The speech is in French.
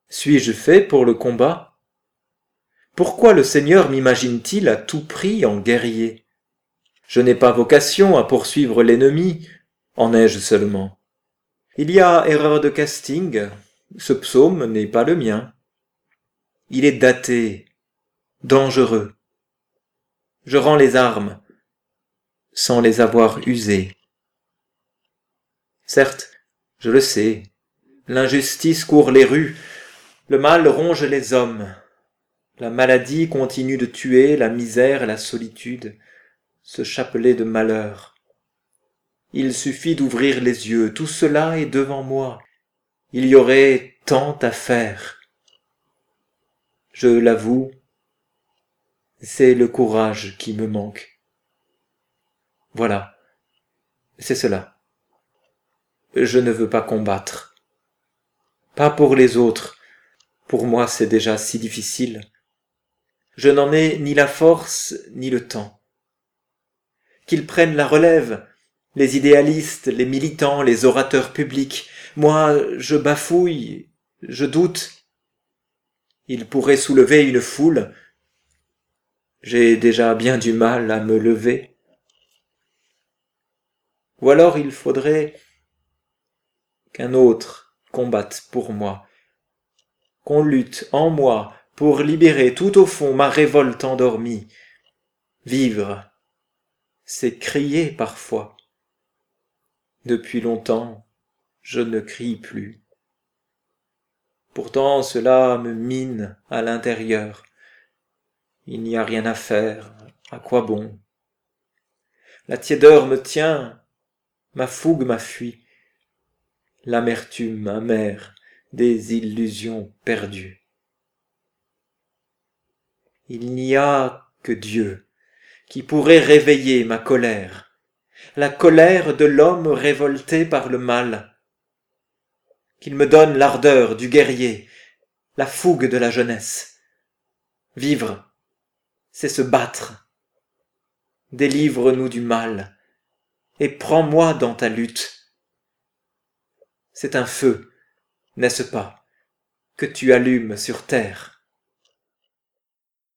Suis-je fait pour le combat? Pourquoi le Seigneur m'imagine-t-il à tout prix en guerrier? Je n'ai pas vocation à poursuivre l'ennemi, en ai-je seulement. Il y a erreur de casting, ce psaume n'est pas le mien. Il est daté, dangereux. Je rends les armes, sans les avoir usées. Certes, je le sais, l'injustice court les rues, le mal ronge les hommes, la maladie continue de tuer, la misère, la solitude, ce chapelet de malheur. Il suffit d'ouvrir les yeux, tout cela est devant moi. Il y aurait tant à faire. Je l'avoue, c'est le courage qui me manque. Voilà, c'est cela. Je ne veux pas combattre. Pas pour les autres, pour moi c'est déjà si difficile. Je n'en ai ni la force ni le temps. Qu'ils prennent la relève, les idéalistes, les militants, les orateurs publics. Moi, je bafouille, je doute. Ils pourraient soulever une foule. J'ai déjà bien du mal à me lever. Ou alors il faudrait qu'un autre combatte pour moi, qu'on lutte en moi pour libérer tout au fond ma révolte endormie. Vivre, c'est crier parfois. Depuis longtemps, je ne crie plus. Pourtant cela me mine à l'intérieur. Il n'y a rien à faire, à quoi bon? La tiédeur me tient, ma fougue m'a fui, l'amertume amère des illusions perdues. Il n'y a que Dieu qui pourrait réveiller ma colère, la colère de l'homme révolté par le mal, qu'il me donne l'ardeur du guerrier, la fougue de la jeunesse. Vivre, c'est se battre. Délivre-nous du mal, et prends-moi dans ta lutte. C'est un feu, n'est-ce pas, que tu allumes sur terre.